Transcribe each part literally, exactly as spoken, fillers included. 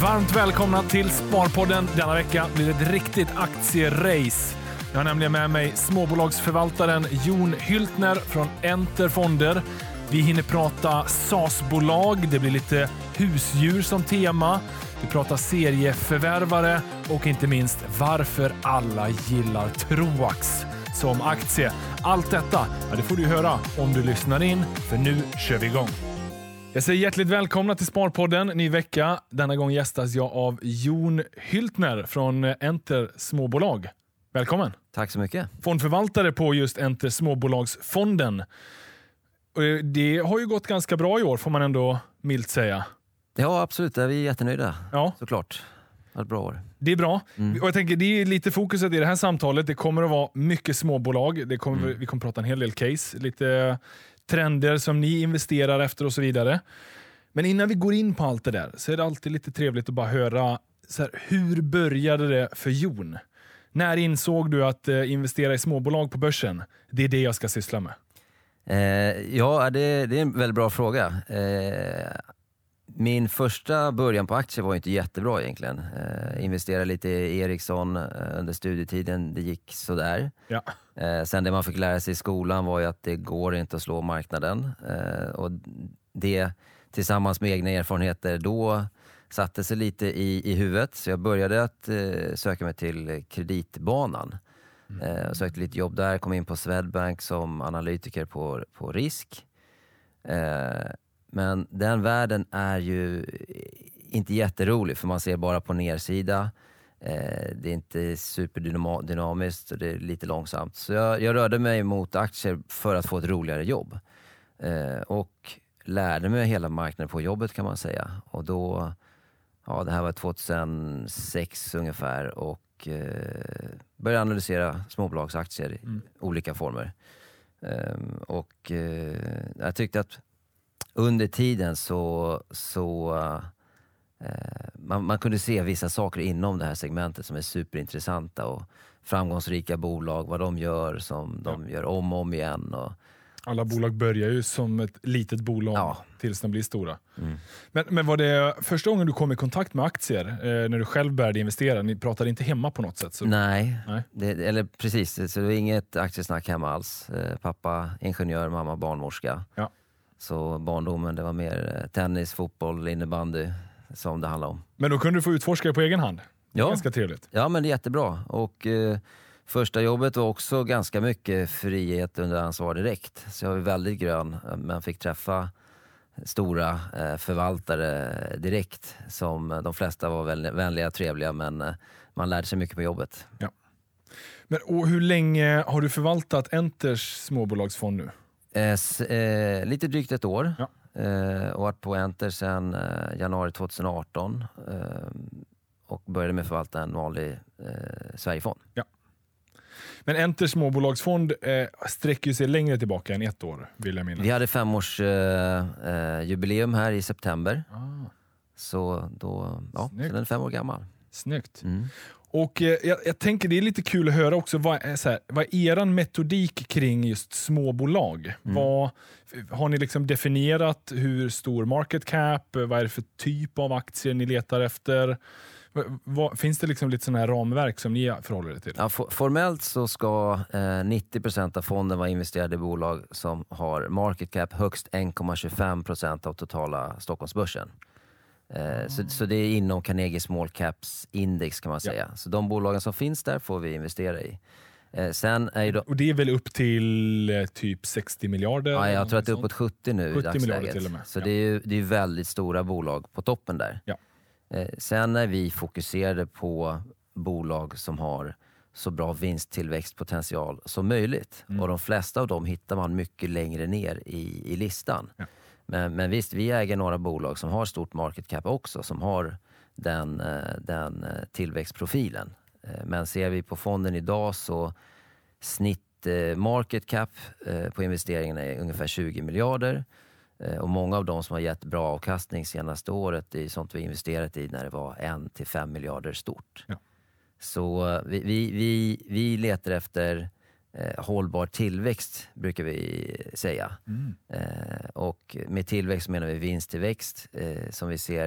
Varmt välkomna till Sparpodden. Denna vecka blir det ett riktigt aktierace. Jag har nämligen med mig småbolagsförvaltaren Jon Hyltner från Enter Fonder. Vi hinner prata S A S-bolag, det blir lite husdjur som tema. Vi pratar serieförvärvare och inte minst varför alla gillar Troax som aktie. Allt detta, ja, det får du höra om du lyssnar in, för nu kör vi igång. Jag säger hjärtligt välkomna till Sparpodden, ny vecka. Denna gång gästas jag av Jon Hyltner från Enter Småbolag. Välkommen. Tack så mycket. Fondförvaltare på just Enter Småbolagsfonden. Det har ju gått ganska bra i år, får man ändå milt säga. Ja, absolut. Vi är jättenöjda. Ja. Såklart. Det var ett bra år. Det är bra. Mm. Och jag tänker, det är lite fokuset i det här samtalet. Det kommer att vara mycket småbolag. Det kommer, mm. Vi kommer prata en hel del case. Lite trender som ni investerar efter och så vidare. Men innan vi går in på allt det där så är det alltid lite trevligt att bara höra så här, hur började det för Jon? När insåg du att eh, investera i småbolag på börsen? Det är det jag ska syssla med. Eh, ja, det, det är en väldigt bra fråga. Eh, min första början på aktier var inte jättebra egentligen. Eh, investerade lite i Ericsson eh, under studietiden. Det gick sådär. Ja. Eh, sen det man fick lära sig i skolan var ju att det går inte att slå marknaden. Eh, och det tillsammans med egna erfarenheter då satte sig lite i, i huvudet. Så jag började att eh, söka mig till kreditbanan. Mm. Eh, sökte lite jobb där, kom in på Swedbank som analytiker på, på risk. Eh, men den världen är ju inte jätterolig för man ser bara på nedsida. Eh, det är inte superdynamiskt och det är lite långsamt. Så jag, jag rörde mig mot aktier för att få ett roligare jobb. Eh, och lärde mig hela marknaden på jobbet kan man säga. Och då, ja det här var tjugohundrasex ungefär och eh, började analysera småbolagsaktier i mm. olika former. Um, och eh, jag tyckte att under tiden så, så eh, man, man kunde se vissa saker inom det här segmentet som är superintressanta och framgångsrika bolag, vad de gör som de ja. gör om och om igen. Och, alla bolag börjar ju som ett litet bolag ja. tills de blir stora. Mm. Men, men var det första gången du kom i kontakt med aktier eh, när du själv började investera? Ni pratade inte hemma på något sätt? Så... Nej, Nej. Det, eller precis. Så det var inget aktiesnack hemma alls. Eh, pappa ingenjör, mamma barnmorska. Ja. Så barndomen det var mer tennis, fotboll, innebandy som det handlade om. Men då kunde du få utforska det på egen hand? Det är ja. ganska trevligt. Ja, men det är jättebra. Och... Eh, Första jobbet var också ganska mycket frihet under ansvar direkt. Så jag var väldigt grön, men fick träffa stora eh, förvaltare direkt. Som de flesta var väldigt vänliga och trevliga, men eh, man lärde sig mycket på jobbet. Ja. Men och hur länge har du förvaltat Enters småbolagsfond nu? Eh, s- eh, lite drygt ett år. Ja. Eh, och varit på Enter sedan eh, januari tjugoarton. Eh, och började med att förvalta en vanlig eh, Sverigefond. Ja. Men Enter småbolagsfond eh, sträcker ju sig längre tillbaka än ett år, vill jag minnas. Vi hade femårs eh, eh, jubileum här i september. Ah. Så då, ja, så den är fem år gammal. Snyggt. Mm. Och eh, jag, jag tänker det är lite kul att höra också, vad är, så här, vad är eran metodik kring just småbolag? Mm. Vad, har ni liksom definierat hur stor market cap, vad är det för typ av aktier ni letar efter? Vad, finns det liksom lite sådana här ramverk som ni förhåller er till? Ja, for, formellt så ska eh, nittio procent av fonden vara investerade i bolag som har market cap högst en komma tjugofem procent av totala Stockholmsbörsen. Eh, mm. så, så det är inom Carnegie Small Caps Index kan man säga. Ja. Så de bolagen som finns där får vi investera i. Eh, sen är då... Och det är väl upp till eh, typ sextio miljarder? Ja, jag tror att det är uppåt sjuttio nu sjuttio i miljarder till och med. Så ja. det är ju det är väldigt stora bolag på toppen där. Ja. Sen är vi fokuserade på bolag som har så bra vinsttillväxtpotential som möjligt. Mm. Och de flesta av dem hittar man mycket längre ner i, i listan. Ja. Men, men visst, vi äger några bolag som har stort market cap också. Som har den, den tillväxtprofilen. Men ser vi på fonden idag så snitt market cap på investeringarna är ungefär tjugo miljarder. Och många av dem som har gett bra avkastning senaste året är sånt vi investerat i när det var en till fem miljarder stort. Ja. Så vi, vi, vi, vi letar efter eh, hållbar tillväxt brukar vi säga. Mm. Eh, och med tillväxt menar vi vinsttillväxt eh, som vi ser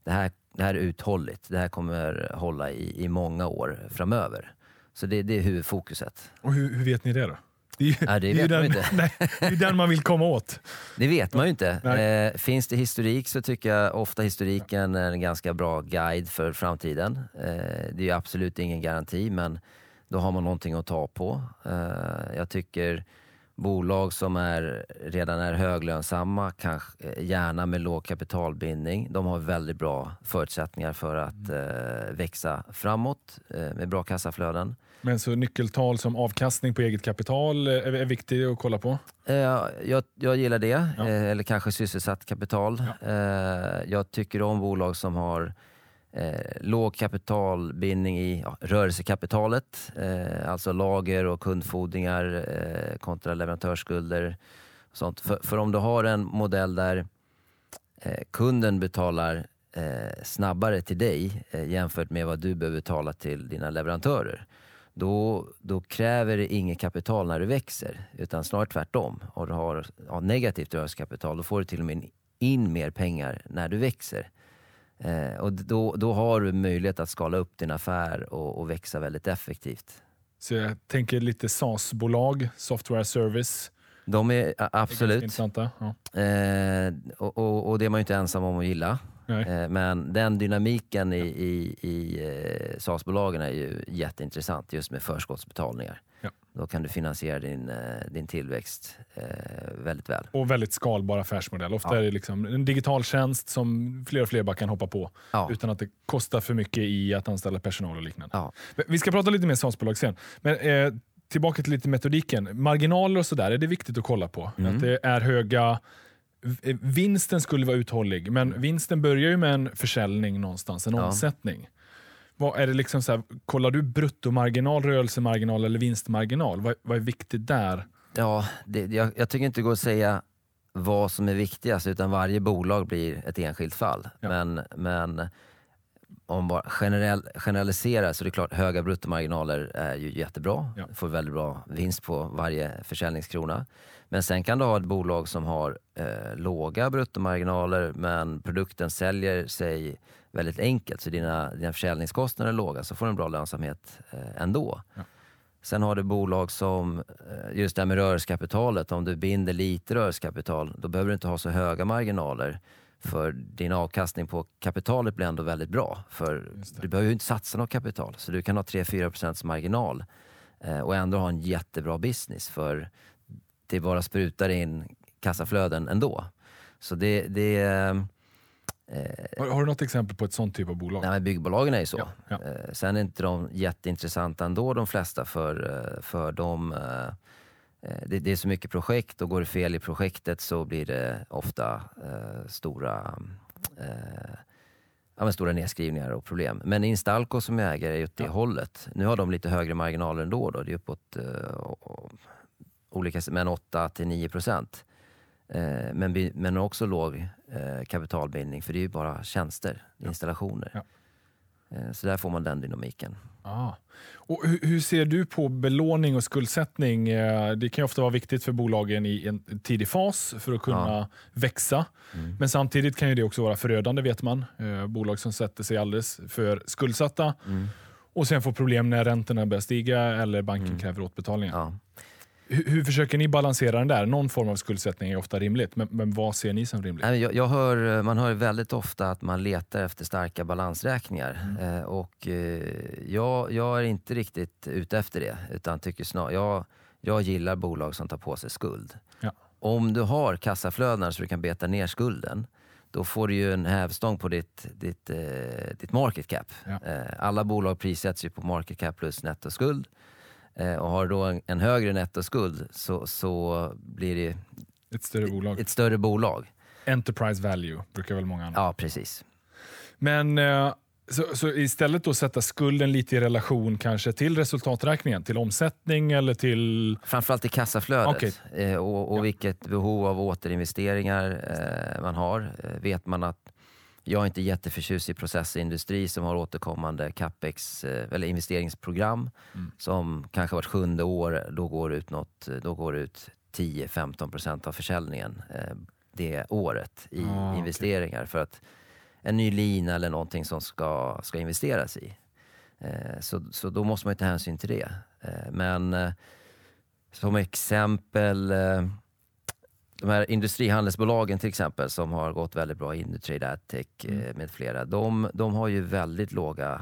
det här, det här är uthålligt. Det här kommer hålla i, i många år framöver. Så det, det är huvudfokuset. Och hur, hur vet ni det då? Det är ju, ja, det det är vet den, man inte. Nej, det är den man vill komma åt. Det vet man ju inte. Eh, finns det historik så tycker jag ofta historiken är en ganska bra guide för framtiden. Eh, det är ju absolut ingen garanti, men då har man någonting att ta på. Eh, jag tycker bolag som är, redan är höglönsamma, kanske, gärna med låg kapitalbindning, de har väldigt bra förutsättningar för att eh, växa framåt eh, med bra kassaflöden. Men så nyckeltal som avkastning på eget kapital är, är viktigt att kolla på? Eh, jag, jag gillar det, ja. eh, eller kanske sysselsatt kapital. Ja. Eh, jag tycker om bolag som har eh, låg kapitalbindning i ja, rörelsekapitalet, eh, alltså lager och kundfordringar eh, kontra leverantörsskulder. Och sånt. För, för om du har en modell där eh, kunden betalar eh, snabbare till dig eh, jämfört med vad du behöver betala till dina leverantörer, Då, då kräver det inget kapital när du växer, utan snarare tvärtom. Och du har ja, negativt rörelsekapital, då får du till och med in mer pengar när du växer. Eh, och då, då har du möjlighet att skala upp din affär och, och växa väldigt effektivt. Så jag tänker lite SaaS-bolag, software service. De är a, absolut. Är intressanta. Ja. Eh, och, och, och det är man ju inte ensam om att gilla. Nej. Men den dynamiken i, i, i eh, SaaS-bolagen är ju jätteintressant just med förskottsbetalningar. Ja. Då kan du finansiera din, eh, din tillväxt eh, väldigt väl. Och väldigt skalbar affärsmodell. Ofta ja. är det liksom en digital tjänst som fler och fler bara kan hoppa på. Ja. Utan att det kostar för mycket i att anställa personal och liknande. Ja. Vi ska prata lite mer SaaS-bolag sen. Men eh, tillbaka till lite metodiken. Marginaler och sådär är det viktigt att kolla på. Mm. Att det är höga... Vinsten skulle vara uthållig, men vinsten börjar ju med en försäljning någonstans, en ja. omsättning. Vad är det liksom så här, kollar du bruttomarginal, rörelsemarginal eller vinstmarginal? Vad, vad är viktigt där? Ja, det, jag, jag tycker inte det går att säga vad som är viktigast, utan varje bolag blir ett enskilt fall. Ja. Men, men om bara generell, generaliserar så är det klart höga bruttomarginaler är ju jättebra. Ja. Du får väldigt bra vinst på varje försäljningskrona. Men sen kan du ha ett bolag som har eh, låga bruttomarginaler, men produkten säljer sig väldigt enkelt, så dina, dina försäljningskostnader är låga, så får du en bra lönsamhet eh, ändå. Ja. Sen har du bolag som, eh, just det här med rörelsekapitalet, om du binder lite rörelsekapital, då behöver du inte ha så höga marginaler, för din avkastning på kapitalet blir ändå väldigt bra. För du behöver ju inte satsa något kapital, så du kan ha tre till fyra procent marginal eh, och ändå ha en jättebra business, för det bara sprutar in kassaflöden ändå. Så det... det eh, har, har du något exempel på ett sånt typ av bolag? Nej, byggbolagen är ju så. Ja, ja. Eh, sen är inte de jätteintressanta ändå, de flesta, för, för dem. Eh, det, det är så mycket projekt, och går det fel i projektet så blir det ofta eh, stora... Eh, Ja, men stora nedskrivningar och problem. Men Instalco som jag äger är ju åt det ja. hållet. Nu har de lite högre marginaler ändå. Då. Det är uppåt uh, olika, men åtta till nio procent. Uh, men, men också låg uh, kapitalbindning, för det är ju bara tjänster, ja. installationer. Ja. Uh, så där får man den dynamiken. Ah. Och hur, hur ser du på belåning och skuldsättning? Det kan ju ofta vara viktigt för bolagen i en tidig fas för att kunna ja. växa. Mm. Men samtidigt kan ju det också vara förödande, vet man. Eh, bolag som sätter sig alldeles för skuldsatta mm. och sen får problem när räntorna börjar stiga eller banken mm. kräver återbetalningar. Ja. Hur, hur försöker ni balansera den där? Någon form av skuldsättning är ofta rimligt, men, men vad ser ni som rimligt? Jag, jag hör, man hör väldigt ofta att man letar efter starka balansräkningar. Mm. Eh, och eh, jag, jag är inte riktigt ute efter det, utan tycker snar, jag, jag gillar bolag som tar på sig skuld. Ja. Om du har kassaflöden så du kan beta ner skulden, då får du ju en hävstång på ditt, ditt, eh, ditt market cap. Ja. Eh, alla bolag prissätts ju på market cap plus nettoskuld. Och har då en, en högre nettoskuld så, så blir det ett större bolag. Ett större bolag. Enterprise value brukar väl många använda. Ja, precis. Men så, så istället då sätta skulden lite i relation kanske till resultaträkningen, till omsättning eller till... Framförallt till kassaflödet. Okay. Och, och ja. vilket behov av återinvesteringar eh, man har. Vet man att jag är inte jätteförtjust i processindustri som har återkommande capex eller investeringsprogram mm. som kanske vart sjunde år, då går ut något, då går ut tio till femton procent av försäljningen eh, det året i ah, investeringar. Okay. För att en ny lina eller någonting som ska, ska investeras i. Så, så då måste man ju ta hänsyn till det. Men som exempel, de här industrihandelsbolagen till exempel som har gått väldigt bra, Indutrade, Adtech med flera, de, de har ju väldigt låga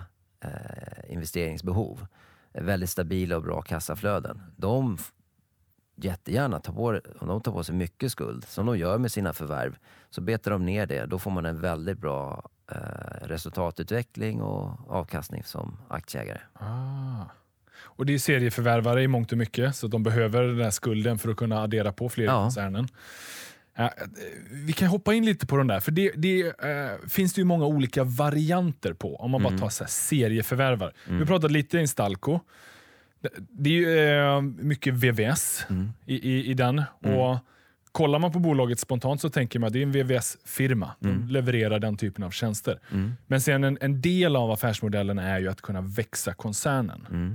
investeringsbehov. Väldigt stabila och bra kassaflöden. De jättegärna tar på, om de tar på sig mycket skuld, som de gör med sina förvärv, så betar de ner det. Då får man en väldigt bra eh, resultatutveckling och avkastning som aktieägare. Ah. Och det är serieförvärvare i mångt och mycket, så de behöver den här skulden för att kunna addera på fler ja. koncernen. Uh, vi kan hoppa in lite på den där, för det, det uh, finns det ju många olika varianter på, om man mm. bara tar så här serieförvärvar. Mm. Vi pratade lite i Instalco. Det, det är ju uh, mycket V V S mm. i, i, i den. Mm. Och kollar man på bolaget spontant så tänker man att det är en V V S-firma. Mm. De levererar den typen av tjänster. Mm. Men sen en, en del av affärsmodellen är ju att kunna växa koncernen. Mm.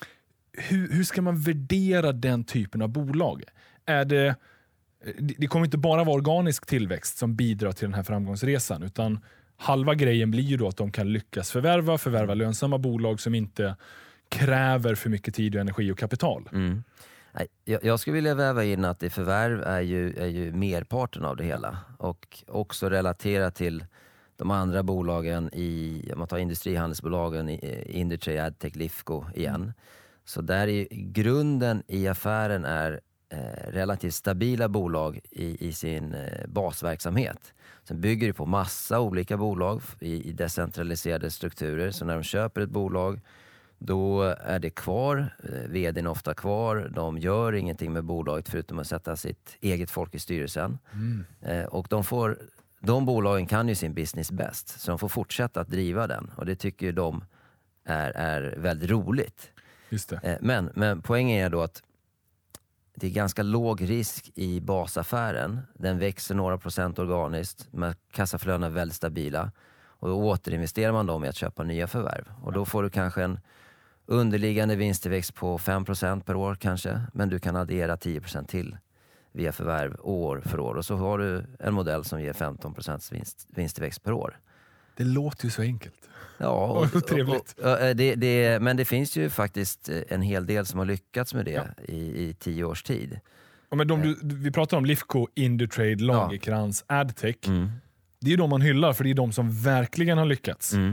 Hur, hur ska man värdera den typen av bolag? Är det Det kommer inte bara vara organisk tillväxt som bidrar till den här framgångsresan, utan halva grejen blir ju då att de kan lyckas förvärva, förvärva lönsamma bolag som inte kräver för mycket tid och energi och kapital. Mm. Jag, jag skulle vilja väva in att det förvärv är ju, är ju merparten av det hela, och också relatera till de andra bolagen i, om man tar industrihandelsbolagen, Indutrade, Adtech, Lifco igen. Så där är grunden i affären är Eh, relativt stabila bolag i, i sin eh, basverksamhet. Sen bygger det på massa olika bolag i, i decentraliserade strukturer. Så när de köper ett bolag, då är det kvar. Eh, vdn är ofta kvar. De gör ingenting med bolaget förutom att sätta sitt eget folk i styrelsen. Mm. Eh, och de, får, de bolagen kan ju sin business bäst, så de får fortsätta att driva den. Och det tycker ju de är, är väldigt roligt. Just det. Eh, men, men poängen är då att det är ganska låg risk i basaffären. Den växer några procent organiskt, men kassaflödena är väldigt stabila. Och då återinvesterar man dem i att köpa nya förvärv. Och då får du kanske en underliggande vinsttillväxt på fem procent per år kanske. Men du kan addera tio procent till via förvärv år för år. Och så har du en modell som ger femton procent vinst, vinsttillväxt per år. Det låter ju så enkelt. Ja, och, och, trevligt. Och, och, det, det, men det finns ju faktiskt en hel del som har lyckats med det ja. i, i tio års tid. Ja, men de, du, vi pratar om Lifco, Indutrade, Lagercrantz, ja. Adtech. Mm. Det är ju de man hyllar, för det är de som verkligen har lyckats. Mm.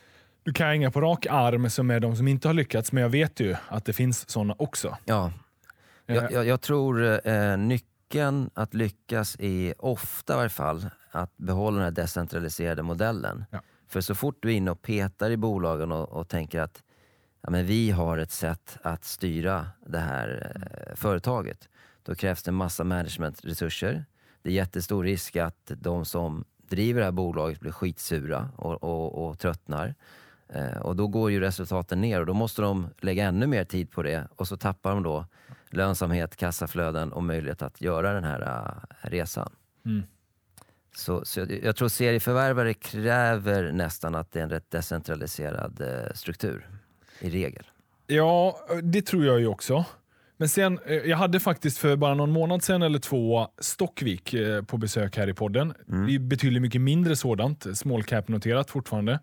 Du kan inga på rak arm som är de som inte har lyckats, men jag vet ju att det finns sådana också. Ja, jag, jag, jag tror eh, nyckeln att lyckas är ofta i alla fall att behålla den här decentraliserade modellen. Ja. För så fort du är inne och petar i bolagen och, och tänker att ja, men vi har ett sätt att styra det här eh, företaget, då krävs det en massa managementresurser. Det är jättestor risk att de som driver det här bolaget blir skitsura och, och, och tröttnar. Eh, och då går ju resultaten ner, och då måste de lägga ännu mer tid på det, och så tappar de då lönsamhet, kassaflöden och möjlighet att göra den här uh, resan. Mm. Så, så jag tror serieförvärvare kräver nästan att det är en rätt decentraliserad eh, struktur i regel. Ja, det tror jag ju också. Men sen, eh, jag hade faktiskt för bara någon månad sedan eller två Stockvik eh, på besök här i podden. Mm. Det är betydligt mycket mindre sådant, small cap noterat fortfarande.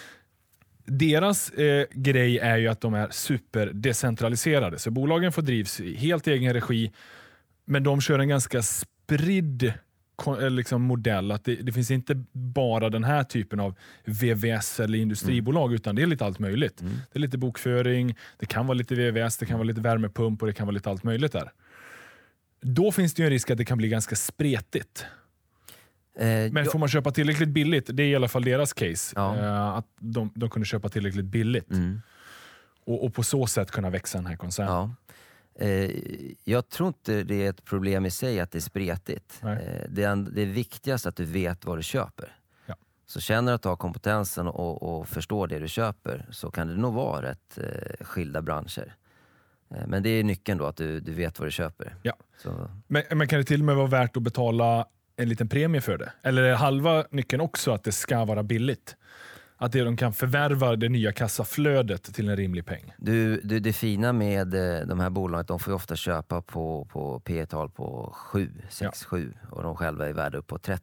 Deras eh, grej är ju att de är superdecentraliserade. Så bolagen får drivs i helt egen regi, men de kör en ganska spridd liksom modell, att det, det finns inte bara den här typen av V V S eller industribolag, mm. utan det är lite allt möjligt. Mm. Det är lite bokföring, det kan vara lite V V S, det kan vara lite värmepump och det kan vara lite allt möjligt där. Då finns det ju en risk att det kan bli ganska spretigt. Eh, Men får man köpa tillräckligt billigt, det är i alla fall deras case, ja. eh, att de, de kunde köpa tillräckligt billigt. Mm. Och, och på så sätt kunna växa den här koncernen. Ja. Jag tror inte det är ett problem i sig att det är spretigt. Det är, det är viktigast att du vet vad du köper. Ja. Så känner du att du har kompetensen och, och förstår det du köper, så kan det nog vara rätt eh, skilda branscher. Men det är nyckeln då, att du, du vet vad du köper. Ja. Så. Men, men kan det till och med vara värt att betala en liten premie för det? Eller är halva nyckeln också att det ska vara billigt? Att de kan förvärva det nya kassaflödet till en rimlig peng. Du, du, det fina med de här bolagen, de får ju ofta köpa på, på P E-tal på sju, sex, sju. Och de själva är värda upp på trettio.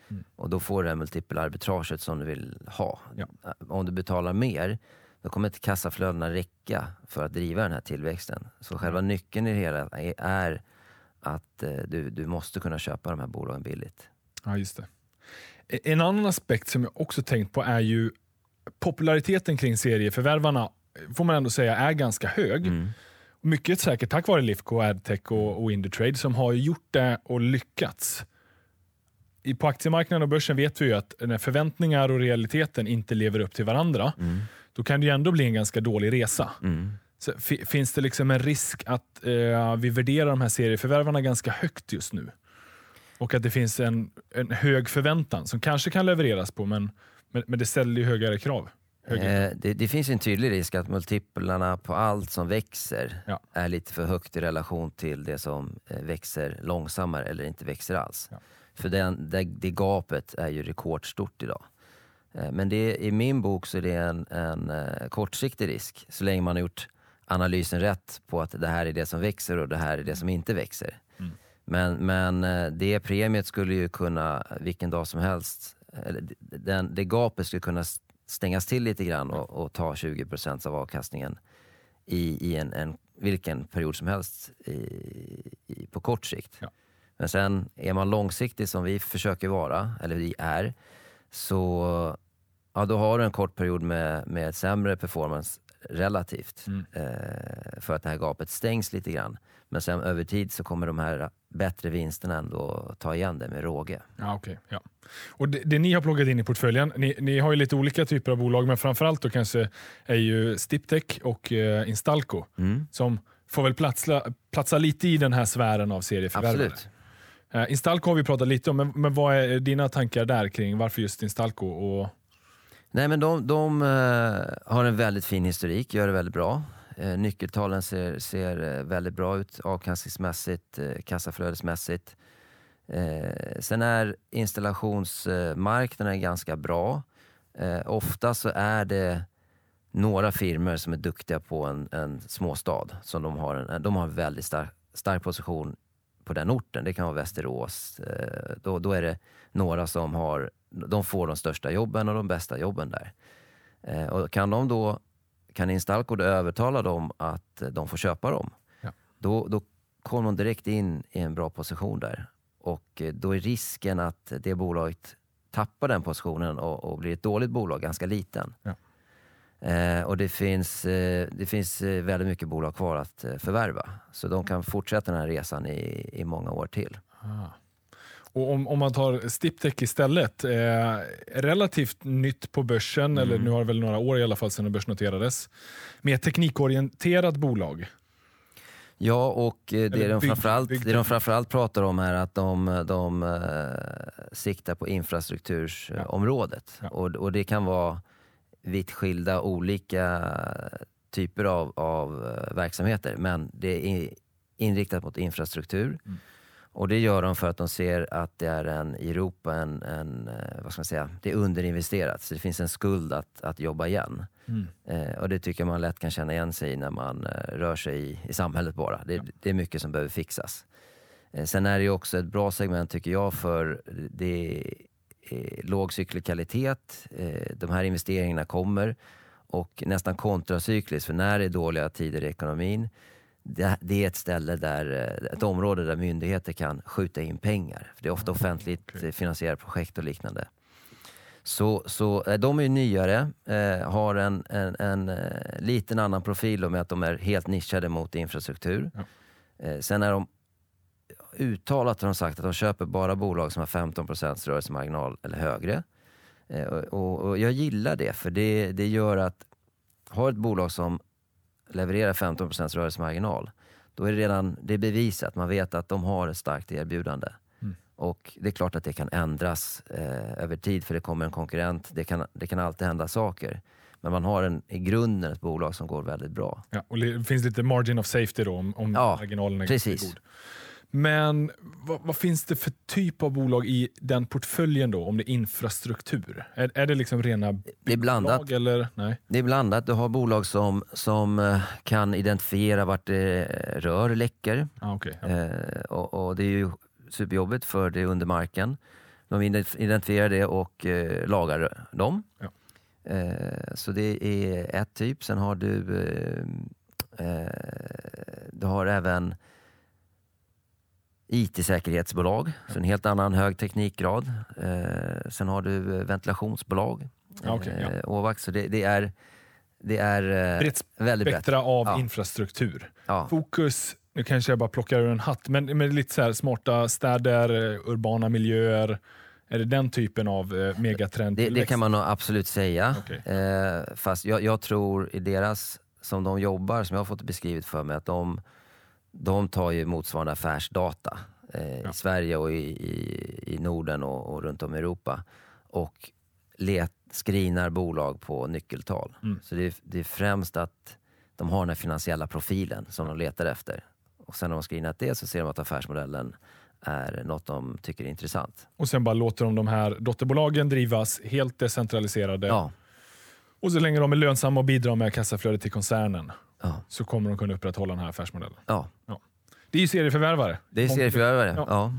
Mm. Och då får du det multipelarbitraget som du vill ha. Ja. Om du betalar mer, då kommer inte kassaflödena räcka för att driva den här tillväxten. Så själva mm. nyckeln i det hela är, är att eh, du, du måste kunna köpa de här bolagen billigt. Ja, just det. En annan aspekt som jag också tänkt på är ju populariteten kring serieförvärvarna, får man ändå säga, är ganska hög. Mm. Mycket säkert tack vare Lifco, AdTech och, och Indutrade som har gjort det och lyckats. I, på aktiemarknaden och börsen vet vi ju att när förväntningar och realiteten inte lever upp till varandra, mm. då kan det ju ändå bli en ganska dålig resa. Mm. Så f- finns det liksom en risk att eh, vi värderar de här serieförvärvarna ganska högt just nu? Och att det finns en, en hög förväntan som kanske kan levereras på, men, men, men det ställer ju högre krav. Eh, det, det finns en tydlig risk att multiplarna på allt som växer ja. är lite för högt i relation till det som eh, växer långsammare eller inte växer alls. Ja. För den, det, det gapet är ju rekordstort idag. Eh, men det, i min bok så är det en, en eh, kortsiktig risk så länge man har gjort analysen rätt på att det här är det som växer och det här är det som inte växer. Mm. Men, men det premiet skulle ju kunna vilken dag som helst, eller den, det gapet skulle kunna stängas till lite grann och, och ta tjugo procent av avkastningen i, i en, en vilken period som helst i, i, på kort sikt. Ja. Men sen är man långsiktig som vi försöker vara, eller vi är, så ja, då har du en kort period med, med sämre performance relativt mm. eh, för att det här gapet stängs lite grann. Men sen över tid så kommer de här bättre vinsterna ändå ta igen det med råge. Ja, okej. Okay, ja. Och det, det ni har plockat in i portföljen, ni, ni har ju lite olika typer av bolag, men framförallt då kanske är ju Stiptech och eh, Instalco mm. som får väl platsa, platsa lite i den här sfären av serieförvärvare. Absolut. Eh, Instalco har vi pratat lite om, men, men vad är dina tankar där kring varför just Instalco? Och... Nej, men de, de uh, har en väldigt fin historik, gör det väldigt bra. Uh, nyckeltalen ser, ser väldigt bra ut, avkastningsmässigt, uh, kassaflödesmässigt. Uh, sen är installationsmarknaden ganska bra. Uh, ofta så är det några firmor som är duktiga på en, en småstad. Som de har en, de har en väldigt stark, stark position på den orten. Det kan vara Västerås. Uh, då, då är det några som har, de får de största jobben och de bästa jobben där. Uh, och kan de då kan Instalco då övertala dem att de får köpa dem, ja. då, då kommer de direkt in i en bra position där. Och då är risken att det bolaget tappar den positionen och, och blir ett dåligt bolag ganska liten. Ja. Eh, och det finns, eh, det finns väldigt mycket bolag kvar att eh, förvärva. Så de kan fortsätta den här resan i, i många år till. Ah. Och om, om man tar Stiptech istället, eh, relativt nytt på börsen, mm. eller nu har det väl några år i alla fall sedan det börsnoterades, med teknikorienterat bolag. Ja, och det, bygg, de framförallt, bygg, det de framförallt pratar om är att de, de uh, siktar på infrastruktursområdet. Ja. Ja. Och, och det kan vara vitt skilda olika typer av, av uh, verksamheter, men det är inriktat mot infrastruktur. Mm. Och det gör de för att de ser att det är en, i Europa en, en vad ska man säga, det är underinvesterat. Så det finns en skuld att, att jobba igen. Mm. Eh, och det tycker man lätt kan känna igen sig när man eh, rör sig i, i samhället bara. Det, ja. det är mycket som behöver fixas. Eh, sen är det ju också ett bra segment tycker jag för det är låg cyklikalitet. Eh, de här investeringarna kommer och nästan kontracykliskt, för när det är dåliga tider i ekonomin, det är ett ställe där, ett område där myndigheter kan skjuta in pengar. För det är ofta offentligt okay. finansierade projekt och liknande. Så, så de är ju nyare, eh, har en, en, en, en liten annan profil med att de är helt nischade mot infrastruktur. Ja. Eh, sen är de uttalat har de sagt att de köper bara bolag som har femton procent rörelsemarginal eller högre. Eh, och, och jag gillar det, för det, det gör att ha ett bolag som levererar femton procent rörelsemarginal, då är det redan det är bevisat. Man vet att de har ett starkt erbjudande. Mm. Och det är klart att det kan ändras eh, över tid, för det kommer en konkurrent. Det kan, det kan alltid hända saker. Men man har en, i grunden ett bolag som går väldigt bra. Ja, och det finns lite margin of safety då om, om ja, marginalen är precis. god. Men vad, vad finns det för typ av bolag i den portföljen då, om det är infrastruktur? Är, är det liksom rena bolag? Det är blandat. Eller? Nej. Det är blandat. Du har bolag som, som kan identifiera vart det rör läcker. Ah, okay, ja. eh, och, och det är ju superjobbigt för det är under marken. De identifierar det och eh, lagar dem. Ja. Eh, så det är ett typ. Sen har du eh, eh, du har även I T-säkerhetsbolag, så en helt annan hög teknikgrad. Eh, sen har du ventilationsbolag. Okay, ja. eh, Ovax, så det, det är det är eh, brett väldigt brett. spektra av Ja. infrastruktur. Ja. Fokus, nu kanske jag bara plockar ur en hatt, men med lite så här smarta städer, urbana miljöer. Är det den typen av eh, megatrend? Det, det kan man nog absolut säga. Okay. Eh, fast jag, jag tror i deras, som de jobbar, som jag har fått beskrivet för mig, att de, de tar ju motsvarande affärsdata eh, ja. i Sverige och i, i, i Norden och, och runt om i Europa. Och let, screenar bolag på nyckeltal. Mm. Så det är, det är främst att de har den här finansiella profilen som de letar efter. Och sen när de screenat det så ser de att affärsmodellen är något de tycker är intressant. Och sen bara låter de de här dotterbolagen drivas helt decentraliserade. Ja. Och så länge de är lönsamma och bidrar med kassaflödet till koncernen, ja. så kommer de kunna upprätthålla den här affärsmodellen. Ja. Ja. Det är ju serieförvärvare. Det är serieförvärvare, ja. ja.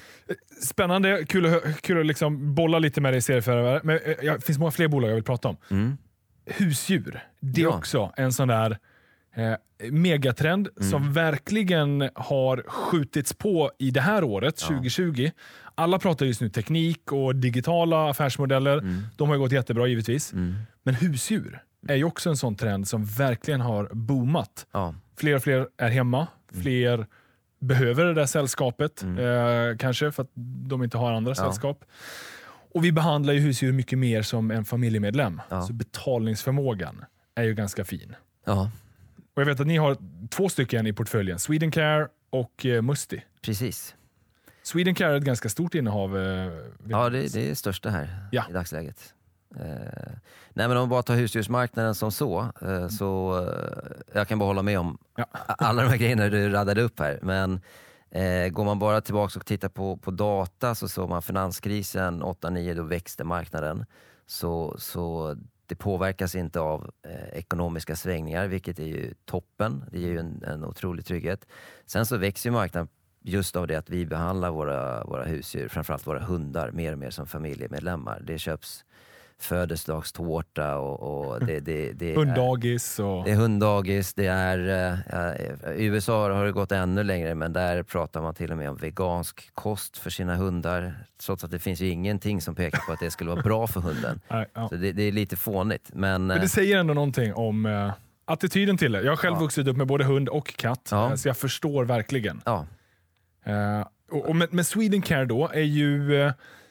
Spännande, kul att, kul att liksom bolla lite med dig i serieförvärvare. Men det finns många fler bolag jag vill prata om. Mm. Husdjur, det är ja. också en sån där eh, megatrend mm. som verkligen har skjutits på i det här året, ja. tjugo tjugo. Alla pratar just nu teknik och digitala affärsmodeller. Mm. De har gått jättebra givetvis. Mm. Men husdjur är ju också en sån trend som verkligen har boomat. Ja. Fler och fler är hemma, fler mm. behöver det där sällskapet, mm. eh, kanske för att de inte har andra ja. sällskap. Och vi behandlar ju husdjur mycket mer som en familjemedlem. Ja. Så betalningsförmågan är ju ganska fin. Ja. Och jag vet att ni har två stycken i portföljen, Swedencare och eh, Musti. Precis. Swedencare är ett ganska stort innehav. Eh, ja, det, det är det största här ja. i dagsläget. Eh, nej, men om man bara tar husdjursmarknaden som så, eh, så eh, jag kan bara hålla med om ja. alla de här grejerna du radade upp här. Men eh, går man bara tillbaka och tittar på, på data, så såg man finanskrisen åtta nio, då växte marknaden. Så, så det påverkas inte av eh, ekonomiska svängningar, vilket är ju toppen. Det ger ju en, en otrolig trygghet. Sen så växer ju marknaden just av det att vi behandlar våra, våra husdjur, framförallt våra hundar, mer och mer som familjemedlemmar. Det köps födelsedagstårta och, och det, det, det hunddagis och... Det är hunddagis, det är uh, i U S A har det gått ännu längre, men där pratar man till och med om vegansk kost för sina hundar, trots att det finns ju ingenting som pekar på att det skulle vara bra för hunden. Nej, ja. Så det, det är lite fånigt, men, men det säger ändå någonting om uh, attityden till det. Jag har själv ja. vuxit upp med både hund och katt, ja. så jag förstår verkligen. Ja. Uh, och, och med, med Swedencare då är ju uh,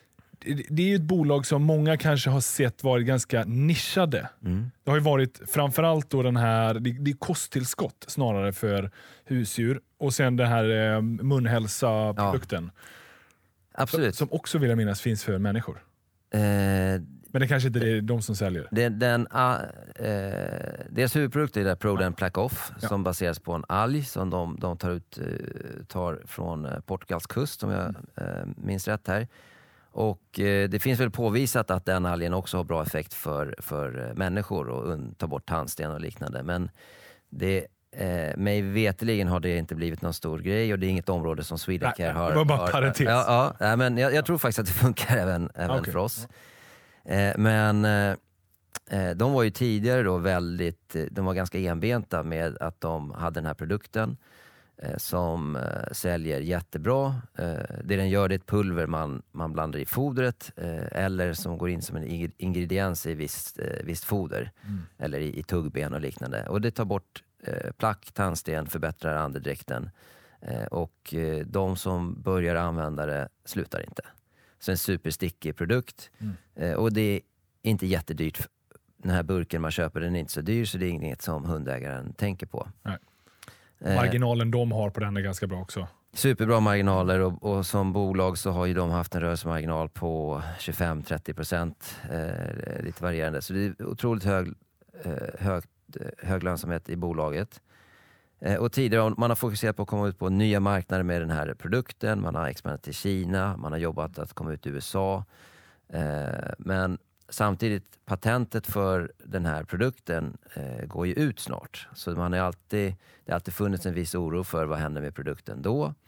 det är ju ett bolag som många kanske har sett varit ganska nischade. Mm. Det har ju varit framförallt då den här, det, det är kosttillskott snarare för husdjur, och sen den här eh, munhälsa-produkten. Ja. Absolut. Som också, vill jag minnas, finns för människor. Eh, Men det kanske inte är de som säljer. Det, den, uh, eh, deras huvudprodukt är det ProDen Plaque Off, ja. som baseras på en alg som de, de tar, ut, tar från Portugals kust, om jag eh, minns rätt här. Och eh, det finns väl påvisat att den algen också har bra effekt för, för människor och un, ta bort tandsten och liknande. Men det, eh, mig veteligen har det inte blivit någon stor grej, och det är inget område som Swedencare har. Det var bara parentes. Ja, ja, men jag, jag tror faktiskt att det funkar även, även okay. för oss. Eh, men eh, de var ju tidigare då väldigt, de var ganska enbenta med att de hade den här produkten som eh, säljer jättebra. Eh, det den gör, det är ett pulver man, man blandar i fodret eh, eller som går in som en ingrediens i visst, eh, visst foder mm. eller i, i tuggben och liknande. Och det tar bort eh, plack, tandsten, förbättrar andedräkten eh, och eh, de som börjar använda det slutar inte. Så en superstickig produkt mm. eh, och det är inte jättedyrt. Den här burken man köper, den är inte så dyr, så det är inget som hundägaren tänker på. Nej. Marginalen de har på den är ganska bra också. Superbra marginaler, och, och som bolag så har ju de haft en rörelsemarginal på tjugofem till trettio procent, eh, lite varierande. Så det är otroligt hög, eh, hög, hög lönsamhet i bolaget. Eh, och tidigare man har fokuserat på att komma ut på nya marknader med den här produkten. Man har expanderat till Kina, man har jobbat att komma ut i U S A. Eh, men samtidigt, patentet för den här produkten eh, går ju ut snart. Så man är alltid, det har alltid funnits en viss oro för vad händer med produkten då.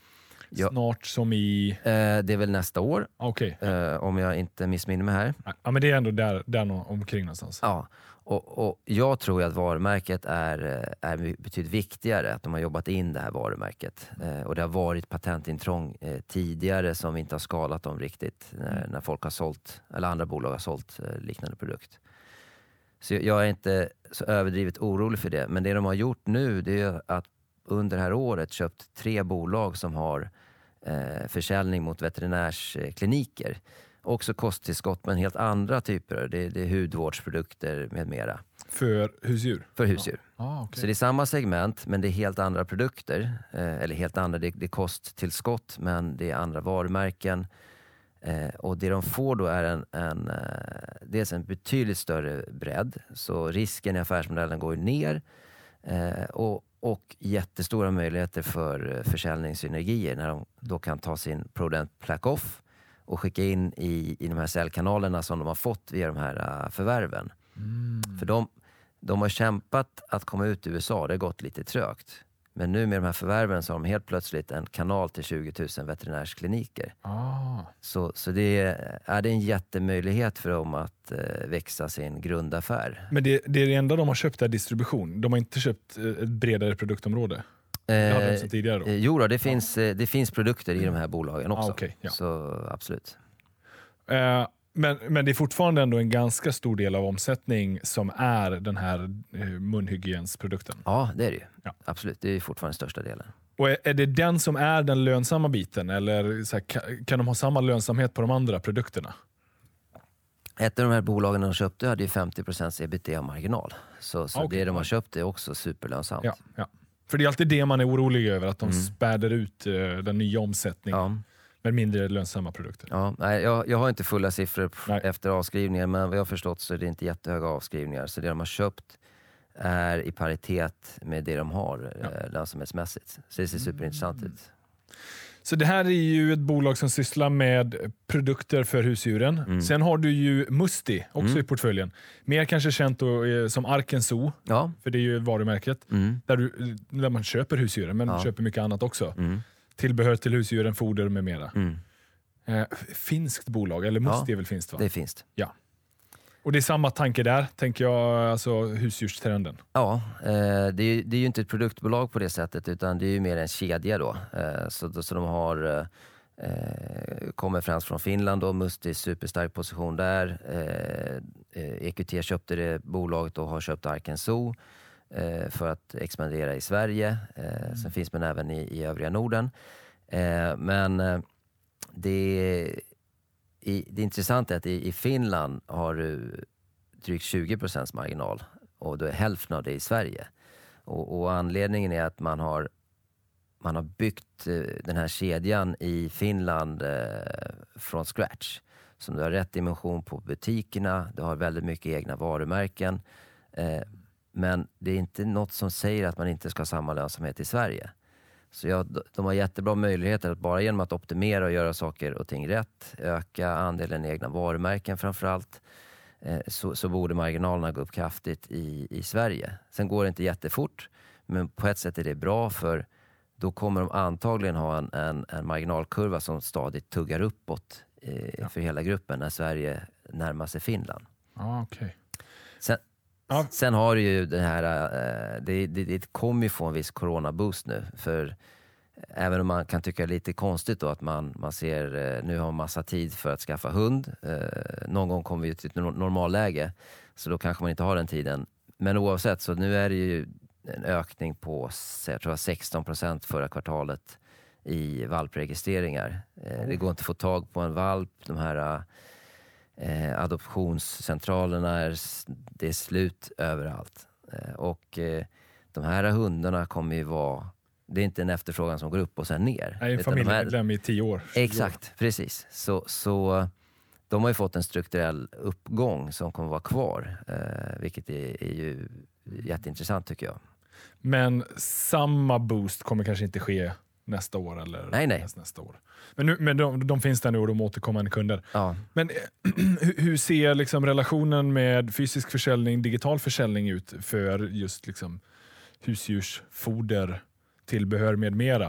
Ja. Snart som i... Eh, det är väl nästa år, Okej. eh, om jag inte missminner mig här. Ja, men det är ändå där, där nå- omkring någonstans. Ja, och, och jag tror att varumärket är, är betydligt viktigare, att de har jobbat in det här varumärket. Eh, och det har varit patentintrång eh, tidigare som vi inte har skalat dem riktigt när, Mm. när folk har sålt, eller andra bolag har sålt eh, liknande produkt. Så jag, jag är inte så överdrivet orolig för det. Men det de har gjort nu, det är att under det här året köpt tre bolag som har eh, försäljning mot veterinärskliniker. Också kosttillskott, men helt andra typer. Det, det är hudvårdsprodukter med mera. För husdjur? För husdjur. Ah, okay. Så det är samma segment, men det är helt andra produkter. Eh, eller helt andra, det, det är kosttillskott, men det är andra varumärken. Eh, och det de får då är en, en, eh, dels en betydligt större bredd. Så risken i affärsmodellen går ju ner. Eh, och, och jättestora möjligheter för försäljningssynergier när de då kan ta sin ProDent Plaque-Off och skicka in i, i de här säljkanalerna som de har fått via de här uh, förvärven. Mm. För de, de har kämpat att komma ut i U S A, det har gått lite trögt. Men nu med de här förvärven så har de helt plötsligt en kanal till tjugo tusen veterinärskliniker. Ah. Så, så det är, är det en jättemöjlighet för dem att uh, växa sin grundaffär. Men det, det är det enda de har köpt är distribution. De har inte köpt eh, ett bredare produktområde. Det hade de så tidigare då. Eh, jo då, det, finns, eh, det finns produkter i de här bolagen också. Ah, okay, ja. Så absolut. Eh, men, men det är fortfarande ändå en ganska stor del av omsättning som är den här eh, munhygieninsprodukten. Ja, det är det ju. Ja. Absolut, det är fortfarande största delen. Och är, är det den som är den lönsamma biten? Eller så här, kan, kan de ha samma lönsamhet på de andra produkterna? Ett av de här bolagen de köpte hade ju femtio procent ebitda-marginal. Så, så Okay. det de har köpt är också superlönsamt. Ja, ja. För det är alltid det man är orolig över, att de Mm. späder ut uh, den nya omsättningen Ja. med mindre lönsamma produkter. Ja, nej, jag, jag har inte fulla siffror p- Nej. efter avskrivningar, men vad jag har förstått så är det inte jättehöga avskrivningar. Så det de har köpt är i paritet med det de har Ja. eh, lönsamhetsmässigt. Så det ser superintressant ut. Så det här är ju ett bolag som sysslar med produkter för husdjuren. Mm. Sen har du ju Musti också Mm. i portföljen. Mer kanske känt då, eh, som Arkenzo, Ja. för det är ju varumärket. Mm. Där, du, där man köper husdjuren, men Ja. köper mycket annat också. Mm. Tillbehör till husdjuren, foder med mera. Mm. Eh, finskt bolag, eller Musti Ja, är väl finskt va? Det är finst. Ja. Och det är samma tanke där, tänker jag, alltså husdjurstrenden. Ja, eh, det, är, ju- det är ju inte ett produktbolag på det sättet, utan det är ju mer en kedja då. Eh, så, så de har eh, kommer främst från Finland då, Musti superstark position där. Eh, eh, E Q T köpte det bolaget och har köpt Arkenzo eh, för att expandera i Sverige. Eh, sen finns man även i, i övriga Norden. Eh, men eh, det, i, det intressanta är att i, i Finland har du drygt tjugo procent marginal och då är hälften av det i Sverige. Och, och anledningen är att man har, man har byggt eh, den här kedjan i Finland eh, från scratch. Så du har rätt dimension på butikerna, du har väldigt mycket egna varumärken. Eh, men det är inte något som säger att man inte ska ha samma lönsamhet i Sverige. Så ja, de har jättebra möjligheter att bara genom att optimera och göra saker och ting rätt, öka andelen egna varumärken framförallt, eh, så, så borde marginalerna gå upp kraftigt i, i Sverige. Sen går det inte jättefort, men på ett sätt är det bra, för då kommer de antagligen ha en, en, en marginalkurva som stadigt tuggar uppåt eh, Ja. för hela gruppen när Sverige närmar sig Finland. Ah, okay. Sen, Ja. sen har du ju det här, eh, det, det, det kommer ju få en viss coronaboost nu, för även om man kan tycka det är lite konstigt då att man, man ser, eh, nu har man massa tid för att skaffa hund, eh, någon gång kommer vi till ett no- normalläge, så då kanske man inte har den tiden. Men oavsett, så nu är det ju en ökning på, jag tror sexton procent förra kvartalet i valpregistreringar. Eh, det går inte att få tag på en valp, de här Eh, adoptionscentralerna är, det är slut överallt. Eh, och eh, de här hundarna kommer ju vara, det är inte en efterfrågan som går upp och sen ner. Jag är en Utan de här- familjemedlem i tio år. tjugo år. Exakt, precis. Så, så de har ju fått en strukturell uppgång som kommer vara kvar, eh, vilket är, är ju jätteintressant tycker jag. Men samma boost kommer kanske inte ske nästa år eller Nej, nej. näst- nästa år. Men, nu, men de, de finns där nu och de återkommande kunder. Ja. Men eh, hur, hur ser liksom relationen med fysisk försäljning, digital försäljning ut för just liksom husdjursfoder, tillbehör med mera?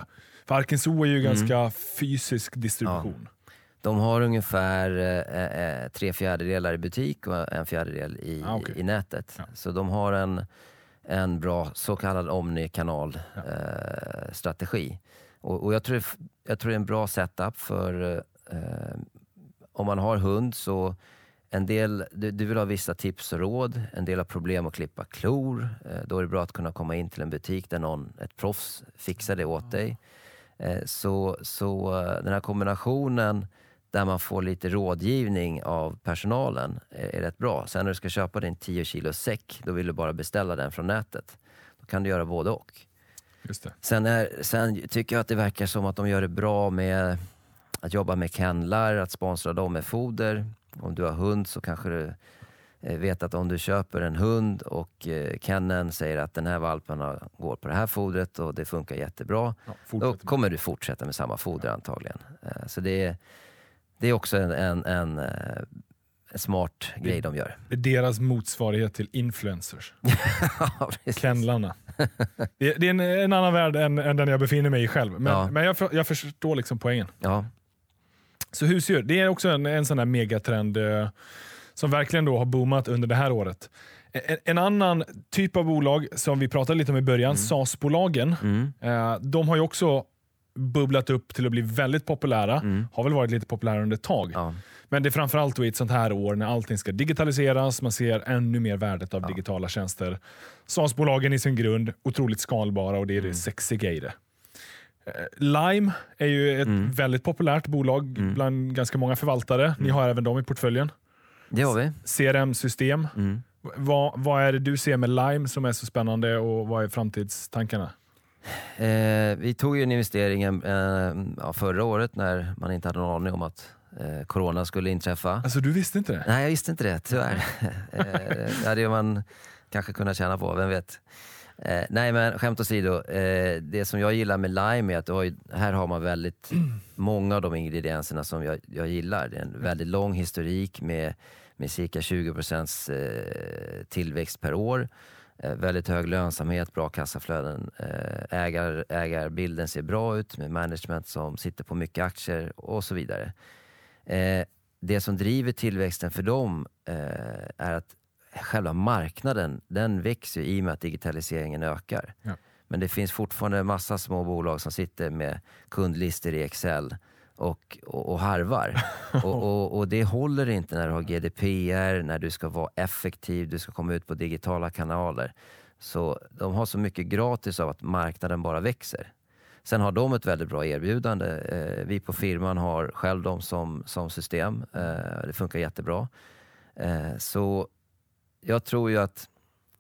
För Arkenso är ju mm. ganska fysisk distribution. Ja. De har ungefär eh, tre fjärdedelar i butik och en fjärdedel i, ah, okay. i nätet. Ja. Så de har en, en bra så kallad omnikanal ja. eh, strategi. Och, och jag, tror, jag tror det är en bra setup för eh, om man har hund så en del, du, du vill ha vissa tips och råd, en del har problem att klippa klor. Eh, då är det bra att kunna komma in till en butik där någon, ett proffs fixar det åt dig. Eh, så, så eh, den här kombinationen där man får lite rådgivning av personalen är, är rätt bra. Sen när du ska köpa din tio kilo säck, då vill du bara beställa den från nätet. Då kan du göra både och. Just det. Sen, är, sen tycker jag att det verkar som att de gör det bra med att jobba med kennlar, att sponsra dem med foder. Om du har hund så kanske du vet att om du köper en hund och kenneln säger att den här valpen går på det här fodret och det funkar jättebra. Ja, då kommer du fortsätta med samma foder antagligen. Så det är, det är också en, en, en, en smart det, grej de gör. Det är deras motsvarighet till influencers. Ja, kennlarna. Det, det är en, en annan värld än, än den jag befinner mig i själv. Men, ja. men jag, jag förstår liksom poängen. Ja. Så husdjur, det är också en, en sån här megatrend eh, som verkligen då har boomat under det här året. En, en annan typ av bolag som vi pratade lite om i början, mm. SaaS-bolagen, mm. eh, de har ju också bubblat upp till att bli väldigt populära. Mm. Har väl varit lite populära under ett tag. Ja. Men det är framförallt då i ett sånt här år när allting ska digitaliseras, man ser ännu mer värdet av ja. digitala tjänster. SaaS-bolagen i sin grund, otroligt skalbara och det är mm. det sexiga i det. Lime är ju ett mm. väldigt populärt bolag mm. bland ganska många förvaltare. Mm. Ni har även dem i portföljen. Det har vi. C R M-system. Mm. Vad, vad är det du ser med Lime som är så spännande och vad är framtidstankarna? Eh, vi tog ju en investering eh, ja, förra året när man inte hade någon aning om att eh, corona skulle inträffa. Alltså du visste inte det? Nej, jag visste inte det, tyvärr. eh, det hade man kanske kunnat tjäna på, vem vet. Eh, nej men skämt åsido, eh, det som jag gillar med Lime är att har, här har man väldigt många av de ingredienserna som jag, jag gillar. Det är en väldigt lång historik med, med cirka tjugo procent eh, tillväxt per år. Eh, väldigt hög lönsamhet, bra kassaflöden. Eh, ägar, ägarbilden ser bra ut med management som sitter på mycket aktier och så vidare. Eh, det som driver tillväxten för dem eh, är att själva marknaden, den växer i och med att digitaliseringen ökar. Ja. Men det finns fortfarande en massa små bolag som sitter med kundlistor i Excel och, och, och harvar. och, och, och det håller inte när du har G D P R, när du ska vara effektiv, du ska komma ut på digitala kanaler. Så de har så mycket gratis av att marknaden bara växer. Sen har de ett väldigt bra erbjudande. Eh, vi på firman har själv dem som, som system. Eh, det funkar jättebra. Eh, så jag tror ju att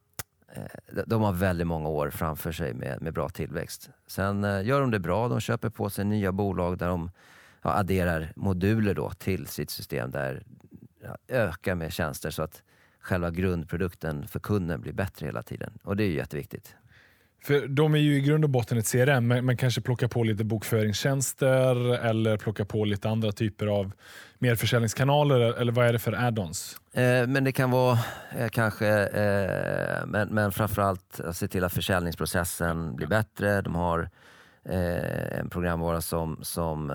eh, de har väldigt många år framför sig med, med bra tillväxt. Sen eh, gör de det bra. De köper på sig nya bolag där de ja, adderar moduler då till sitt system där ja, ökar med tjänster så att själva grundprodukten för kunden blir bättre hela tiden. Och det är ju jätteviktigt. För de är ju i grund och botten ett C R M, men man kanske plockar på lite bokföringstjänster eller plockar på lite andra typer av mer försäljningskanaler, eller vad är det för add-ons? Eh, men det kan vara eh, kanske, eh, men, men framförallt att se till att försäljningsprocessen blir bättre. De har eh, en programvara som, som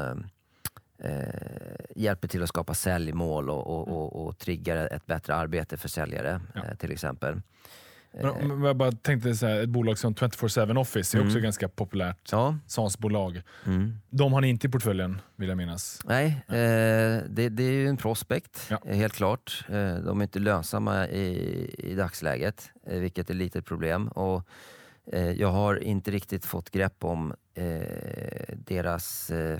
eh, hjälper till att skapa säljmål och, och, och, och triggar ett bättre arbete för säljare, ja. eh, till exempel. Men jag bara tänkte så här, ett bolag som tjugofyra sju Office är mm. också ganska populärt. Ja. SaaS-bolag. Mm. De har ni inte i portföljen, vill jag minnas. Nej, eh, det, det är ju en prospekt, ja. helt klart. Eh, de är inte lönsamma i, i dagsläget, eh, vilket är lite ett problem. Och eh, jag har inte riktigt fått grepp om eh, deras... Eh,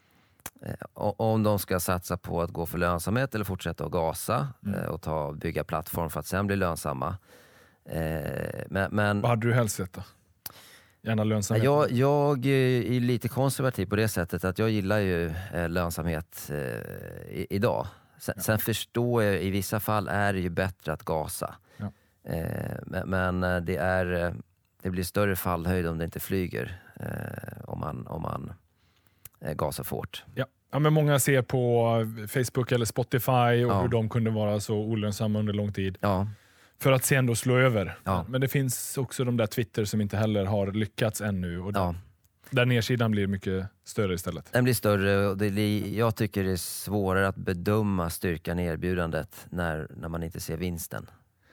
om de ska satsa på att gå för lönsamhet eller fortsätta att gasa mm. eh, och ta, bygga plattform för att sen bli lönsamma. Eh, men, men, Vad hade du helst sett då? Gärna lönsamhet? Jag, jag är lite konservativ på det sättet att jag gillar ju eh, lönsamhet eh, i, idag. Sen, ja. sen förstår jag, i vissa fall är det ju bättre att gasa. Ja. Eh, men, men det, är, det blir större fallhöjd om det inte flyger. Eh, om man, om man eh, gasar fort. Ja. Ja, men många ser på Facebook eller Spotify och ja. hur de kunde vara så olönsamma under lång tid. Ja. För att sen då slå över. Ja. Men det finns också de där Twitter som inte heller har lyckats ännu. Och ja. Där nedsidan blir mycket större istället. Den blir större och det är, jag tycker det är svårare att bedöma styrkan i erbjudandet när, när man inte ser vinsten.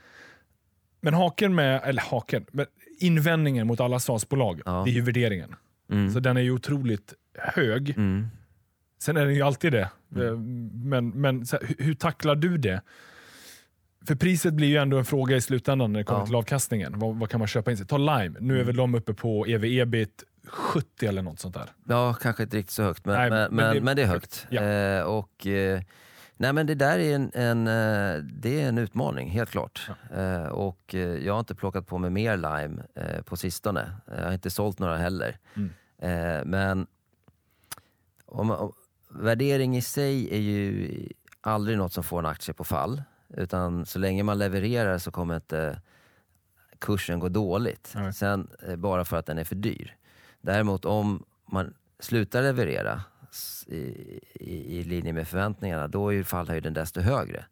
Men haken med, eller haken, men invändningen mot alla SaaS-bolag, ja. det är ju värderingen. Mm. Så den är ju otroligt hög. Mm. Sen är den ju alltid det. Mm. Men, men så här, hur, hur tacklar du det? För priset blir ju ändå en fråga i slutändan när det kommer ja. till avkastningen. Vad, vad kan man köpa in sig? Ta Lime. Nu är mm. väl de uppe på E V-ebit sjuttio eller något sånt där. Ja, kanske inte riktigt så högt. Men, nej, men, men, det, men det är högt. Ja. Eh, och, eh, nej, men det där är en, en, det är en utmaning, helt klart. Ja. Eh, och jag har inte plockat på mig mer Lime eh, på sistone. Jag har inte sålt några heller. Mm. Eh, men om, om, värdering i sig är ju aldrig något som får en aktie på fall. Utan så länge man levererar så kommer inte kursen gå dåligt. Nej. Sen bara för att den är för dyr. Däremot om man slutar leverera i, i, i linje med förväntningarna, då är ju fallhöjden desto högre.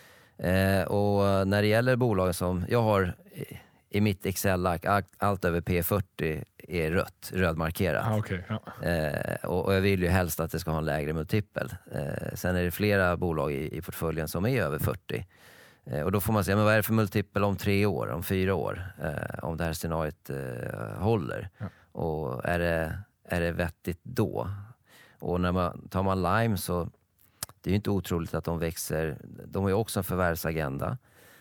Eh, och när det gäller bolagen som jag har i, i mitt Excel-ark, allt, allt över P fyrtio är rött, rödmarkerat. Ah, okay, ja. eh, och, och jag vill ju helst att det ska ha en lägre multipel. Eh, sen är det flera bolag i, i portföljen som är över fyrtio. Eh, och då får man säga, men vad är det för multipel om tre år, om fyra år? Eh, om det här scenariot eh, håller. Ja. Och är det, är det vettigt då? Och när man tar man Lime så det är ju inte otroligt att de växer. De har ju också en förvärvsagenda.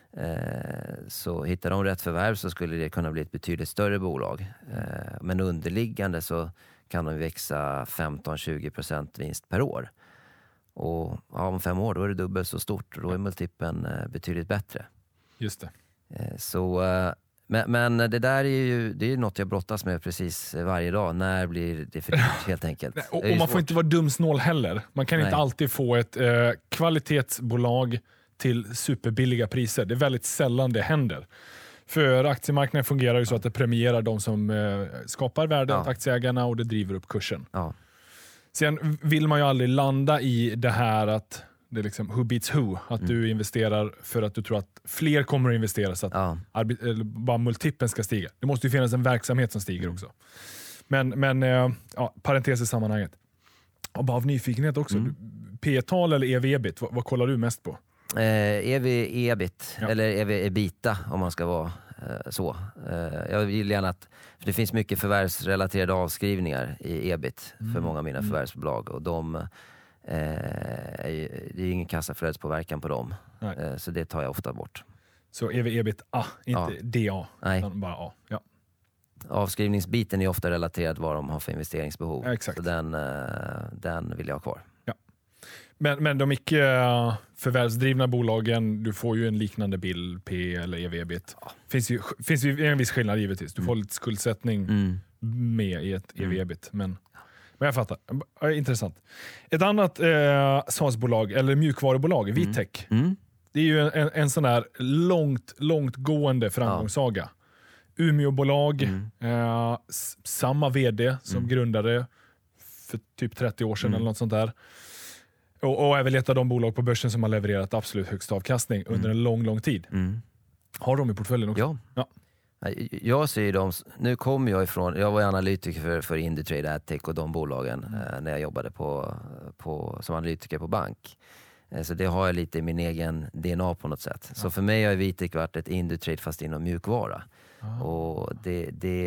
Eh, så hittar de rätt förvärv så skulle det kunna bli ett betydligt större bolag. Eh, men underliggande så kan de växa femton till tjugo procent vinst per år. Och ja, om fem år då är det dubbelt så stort och då är multipeln eh, betydligt bättre. Just det. Eh, så, eh, men, men det där är ju det är något jag brottas med precis varje dag. När blir det för dyrt helt enkelt? Nej, och, och man svårt. får inte vara dumsnål heller. Man kan Nej. inte alltid få ett eh, kvalitetsbolag till superbilliga priser. Det är väldigt sällan det händer. För aktiemarknaden fungerar ju så att det premierar de som eh, skapar värdet, ja. aktieägarna, och det driver upp kursen. Ja. Sen vill man ju aldrig landa i det här att det är liksom who beats who. Att mm. du investerar för att du tror att fler kommer att investera så att ja. arbe- eller bara multipeln ska stiga. Det måste ju finnas en verksamhet som stiger också. Men, men eh, ja, parentes i sammanhanget. Och bara av nyfikenhet också. Mm. P-tal eller E V-ebit, vad, vad kollar du mest på? Eh, E V-ebit, ja. eller E V-ebita om man ska vara eh, så. Eh, jag vill gärna att, för det finns mycket förvärvsrelaterade avskrivningar i ebit mm. för många av mina mm. förvärvsbolag, och de, eh, det är ingen kassaflödespåverkan på dem. Eh, så det tar jag ofta bort. Så E V-ebit A, inte ja. D A, Nej. utan bara A. Ja. Avskrivningsbiten är ofta relaterad vad de har för investeringsbehov. Ja, exakt. Så den, den vill jag ha kvar. Ja. Men, men de icke förvärvsdrivna bolagen, du får ju en liknande bild, P eller E V-ebit. Ja. Finns ju, finns ju en viss skillnad givetvis. Du får lite skuldsättning mm. med i ett E V-ebit. Men, men jag fattar. Intressant. Ett annat eh, SaaS-bolag, eller mjukvarubolag, mm. Vitech. Mm. Det är ju en, en sån här långt, långt gående framgångssaga. Ja. Umeåbolag, mm. eh, s- samma vd som mm. grundade för typ trettio år sedan mm. eller något sånt där. Och, och är väl ett av de bolag på börsen som har levererat absolut högst avkastning mm. under en lång, lång tid. Mm. Har de i portföljen också? Ja. ja. Jag ser dem, nu kommer jag ifrån, jag var analytiker för, för Indutrade, AdTech och de bolagen mm. eh, när jag jobbade på, på, som analytiker på bank. Eh, så det har jag lite i min egen D N A på något sätt. Ja. Så för mig har Vitech varit ett Indutrade fast inom mjukvara. Ah. Och det, det,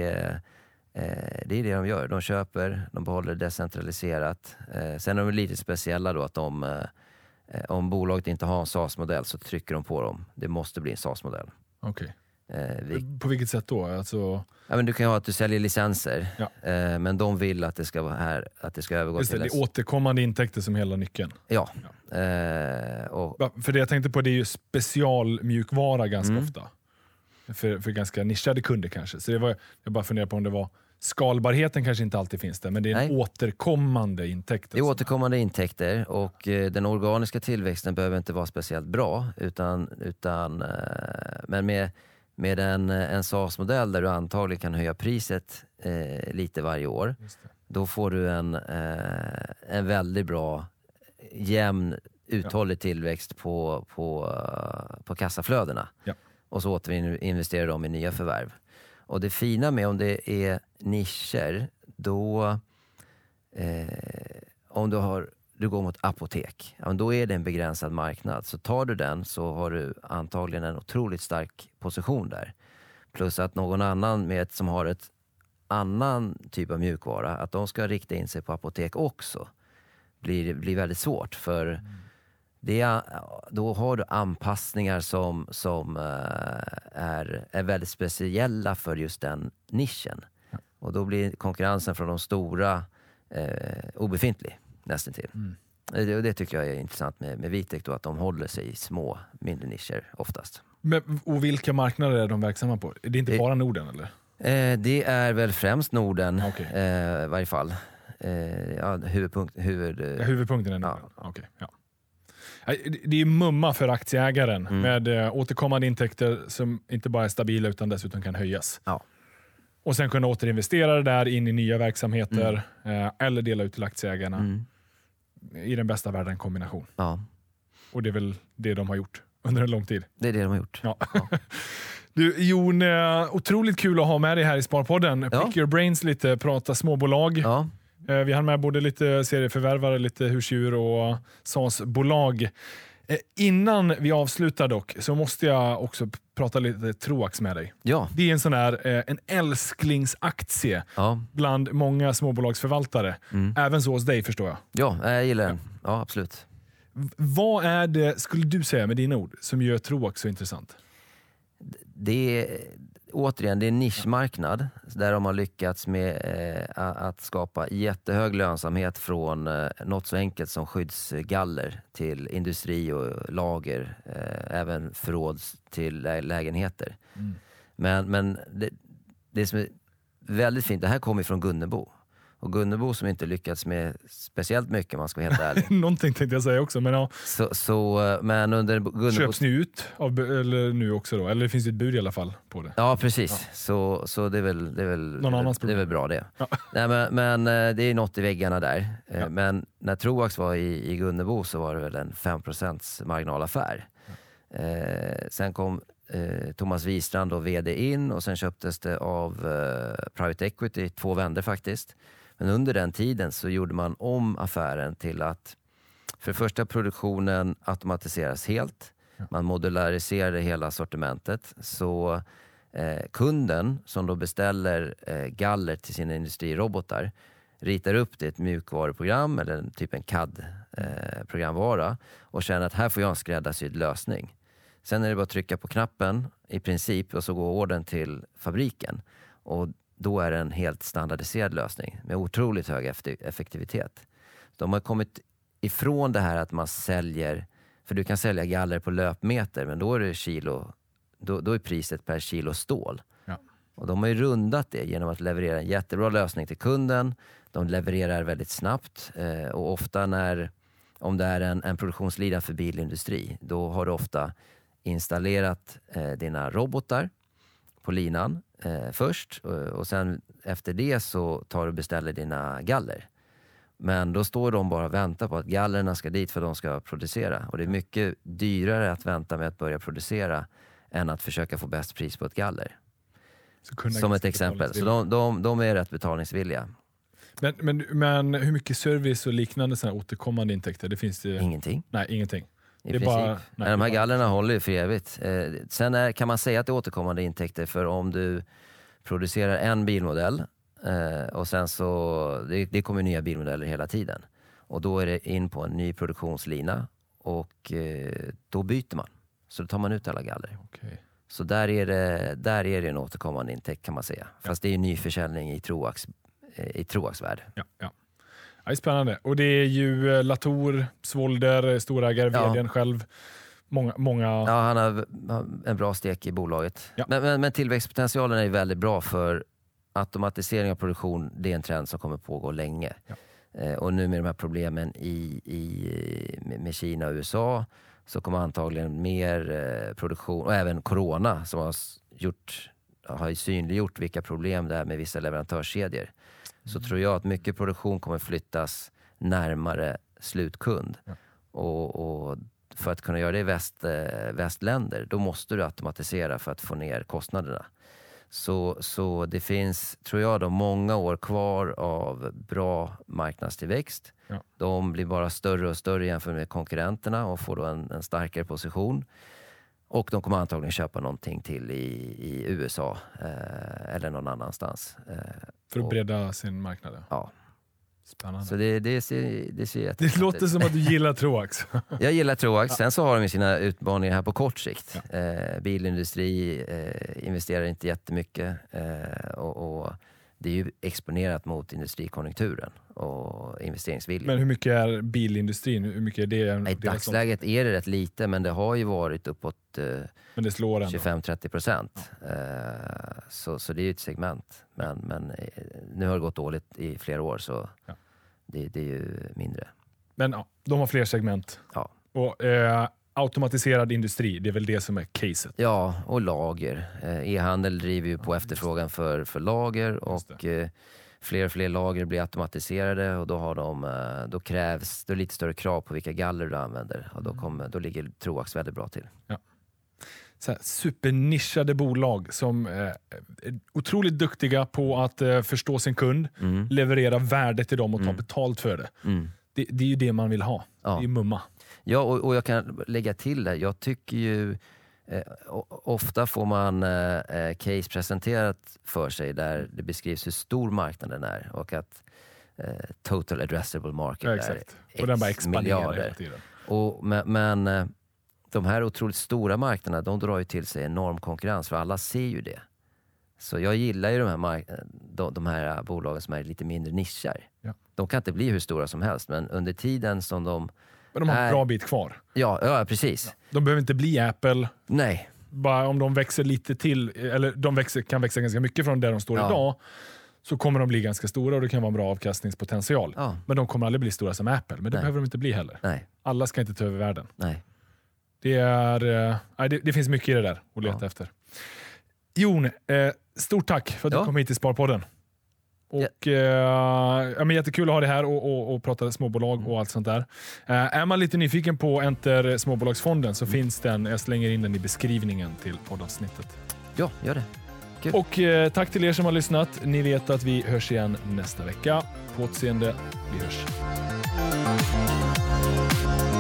eh, det är det de gör. De köper, de behåller decentraliserat. Eh, sen är de lite speciella då att de, eh, om bolaget inte har en SaaS-modell så trycker de på dem. Det måste bli en SaaS-modell. Okej. Okay. Eh, på vilket sätt då? Alltså... Ja, men du kan ju ha att du säljer licenser, ja. eh, men de vill att det ska vara här, att det ska övergå Just till... Det, det är återkommande intäkter som hela nyckeln. Ja. ja. Eh, och... För det jag tänkte på, det är ju specialmjukvara ganska mm. ofta. För, för ganska nischade kunder kanske. Så det var, jag bara funderar på om det var skalbarheten kanske inte alltid finns där, men det är en Nej. återkommande intäkter. Det är återkommande intäkter, och eh, den organiska tillväxten behöver inte vara speciellt bra, utan, utan eh, men med, med en, en SaaS-modell där du antagligen kan höja priset eh, lite varje år, då får du en, eh, en väldigt bra jämn uthållig ja. tillväxt på, på, på kassaflödena. Ja. Och så återinvesterar de i nya förvärv. Och det fina med om det är nischer, då eh, om du, har, du går mot apotek, ja, då är det en begränsad marknad. Så tar du den så har du antagligen en otroligt stark position där. Plus att någon annan med, som har ett annan typ av mjukvara, att de ska rikta in sig på apotek också, blir, blir väldigt svårt. För mm. det är, då har du anpassningar som, som uh, är, är väldigt speciella för just den nischen. Ja. Och då blir konkurrensen från de stora uh, obefintlig nästan till. Mm. Det, det tycker jag är intressant med, med Vitek då, att de håller sig i små, mindre nischer oftast. Men, och vilka marknader är de verksamma på? Det är inte det, bara Norden eller? Eh, det är väl främst Norden, okay. eh, i varje fall. Eh, ja, huvudpunkt, huvud, ja, huvudpunkten är Norden. Ja. Okay, ja. Det är mumma för aktieägaren mm. med eh, återkommande intäkter som inte bara är stabila utan dessutom kan höjas. Ja. Och sen kunna återinvestera det där in i nya verksamheter mm. eh, eller dela ut till aktieägarna. Mm. I den bästa världen kombination. Ja. Och det är väl det de har gjort under en lång tid. Det är det de har gjort. Ja. Ja. Du, Jon, otroligt kul att ha med dig här i Sparpodden. Ja. Pick your brains lite, prata småbolag. Ja. Vi har med både lite serieförvärvare, lite husdjur och SaaS-bolag. Innan vi avslutar dock så måste jag också prata lite Troax med dig. Ja. Det är en sån här en älsklingsaktie ja. bland många småbolagsförvaltare. Mm. Även så hos dig, förstår jag. Ja, jag gillar den. Ja, absolut. Vad är det, skulle du säga med dina ord, som gör Troax så intressant? Det är, återigen, det är en nischmarknad där de har lyckats med eh, att skapa jättehög lönsamhet från eh, något så enkelt som skyddsgaller till industri och lager, eh, även förråd till lä- lägenheter. Mm. Men, men det, det som är väldigt fint, det här kommer från Gunnebo. Och Gunnebo som inte lyckats med speciellt mycket, man ska vara helt ärlig. Någonting tänkte jag säga också, men ja. Så, så, men under Gunnebo... Köps ni ut av, eller nu också då? Eller finns det ett bud i alla fall på det? Ja, precis. Ja. Så, så det är väl, det är väl, det är, det är väl bra det. Ja. Nej, men, men det är något i väggarna där. Ja. Men när Troax var i, i Gunnebo så var det väl en fem procent marginalaffär. Ja. Eh, sen kom eh, Thomas Wistrand och vd in och sen köptes det av eh, Private Equity, två vänder faktiskt. Men under den tiden så gjorde man om affären till att för det första produktionen automatiseras helt. Man modulariserade hela sortimentet. Så eh, kunden som då beställer eh, galler till sina industrirobotar ritar upp det i ett mjukvaruprogram eller en, typ en C A D-programvara eh, och känner att här får jag en skräddarsydd lösning. Sen är det bara att trycka på knappen i princip och så går ordern till fabriken. Och då är det en helt standardiserad lösning med otroligt hög effektivitet. De har kommit ifrån det här att man säljer, för du kan sälja galler på löpmeter, men då är det kilo, då, då är priset per kilo stål. Ja. Och de har ju rundat det genom att leverera en jättebra lösning till kunden. De levererar väldigt snabbt eh, och ofta när, om det är en, en produktionslida för bilindustri, då har du ofta installerat eh, dina robotar på linan eh, först och, och sen efter det så tar du och beställer dina galler. Men då står de bara och väntar på att gallerna ska dit för att de ska producera. Och det är mycket dyrare att vänta med att börja producera än att försöka få bäst pris på ett galler. Som ett exempel. Så de, de, de är rätt betalningsvilliga. Men, men, men hur mycket service och liknande såna återkommande intäkter? Det finns det... Ingenting. Nej, ingenting. I det är bara, nej, nej, de här gallerna håller ju för evigt. Eh, sen är, kan man säga att det är återkommande intäkter för om du producerar en bilmodell eh, och sen så, det, det kommer nya bilmodeller hela tiden. Och då är det in på en ny produktionslina och eh, då byter man. Så då tar man ut alla galler. Okay. Så där är, det, där är det en återkommande intäkt kan man säga. Fast det är ju ny försäljning i Troax, eh, i Troax värld. Ja, ja. Ja, det är spännande. Och det är ju Latour, Svolder, storägare, vdn ja. själv. Många, många... Ja, han har en bra stek i bolaget. Ja. Men, men, men tillväxtpotentialen är väldigt bra för automatisering av produktion. Det är en trend som kommer pågå länge. Ja. Eh, och nu med de här problemen i, i, med Kina och U S A så kommer antagligen mer eh, produktion och även corona som har, gjort, har synliggjort vilka problem det är med vissa leverantörskedjor. Så tror jag att mycket produktion kommer flyttas närmare slutkund. Ja. Och, och för att kunna göra det i väst, västländer, då måste du automatisera för att få ner kostnaderna. Så, så det finns, tror jag, då, många år kvar av bra marknadstillväxt. Ja. De blir bara större och större jämfört med konkurrenterna och får då en, en starkare position. Och de kommer antagligen köpa någonting till i, i U S A eh, eller någon annanstans. Eh, För att och, bredda sin marknad. Ja. Spännande. Så det, det ser, det ser jätte- Det låter som att du gillar Troax. Jag gillar Troax. Sen så har de ju sina utmaningar här på kort sikt. Ja. Eh, bilindustri eh, investerar inte jättemycket. Eh, och, och det är ju exponerat mot industrikonjunkturen och investeringsviljan. Men hur mycket är bilindustrin? Hur mycket är det? I dagsläget som... är det rätt lite, men det har ju varit uppåt eh, men det slår ändå. tjugofem till trettio procent. Ja. Eh, så, så det är ju ett segment. Men, men eh, nu har det gått dåligt i flera år, så ja. det, det är ju mindre. Men ja, de har fler segment. Ja. Och eh, automatiserad industri, det är väl det som är caset? Ja, och lager. Eh, e-handel driver ju på ja, efterfrågan för, för lager och eh, fler och fler lager blir automatiserade och då, har de, eh, då krävs det lite större krav på vilka galler du använder och då, kommer, då ligger Troax väldigt bra till. Ja. Så här, supernischade bolag som eh, är otroligt duktiga på att eh, förstå sin kund, mm. leverera värde till dem och ta mm. betalt för det. Mm. det. Det är ju det man vill ha. Ja. Det är ju mumma. Ja, och, och jag kan lägga till det. Jag tycker ju eh, ofta får man eh, case presenterat för sig där det beskrivs hur stor marknaden är och att eh, total addressable market ja, är exakt. Och den bara expanderar hela tiden. Och, men men eh, de här otroligt stora marknaderna, de drar ju till sig enorm konkurrens för alla ser ju det. Så jag gillar ju de här, mark- de, de här bolagen som är lite mindre nischer. Ja. De kan inte bli hur stora som helst, men under tiden som de men de har är... en bra bit kvar. Ja, ja precis. Ja. De behöver inte bli Apple. Nej. Bara om de växer lite till, eller de växer, kan växa ganska mycket från där de står ja. idag, så kommer de bli ganska stora och det kan vara en bra avkastningspotential. Ja. Men de kommer aldrig bli stora som Apple, men det Nej. behöver de inte bli heller. Nej. Alla ska inte ta över världen. Nej. Det, är, äh, det, det finns mycket i det där att leta ja. efter. Jon, eh, stort tack för att ja. du kom hit till Sparpodden. Och, yeah. eh, ja, men jättekul att ha det här och, och, och prata småbolag mm. och allt sånt där. Eh, är man lite nyfiken på Enter Småbolagsfonden så mm. finns den, jag slänger in den i beskrivningen till poddavsnittet. Ja, gör det. Kul. Och eh, tack till er som har lyssnat. Ni vet att vi hörs igen nästa vecka. På återseende, vi hörs.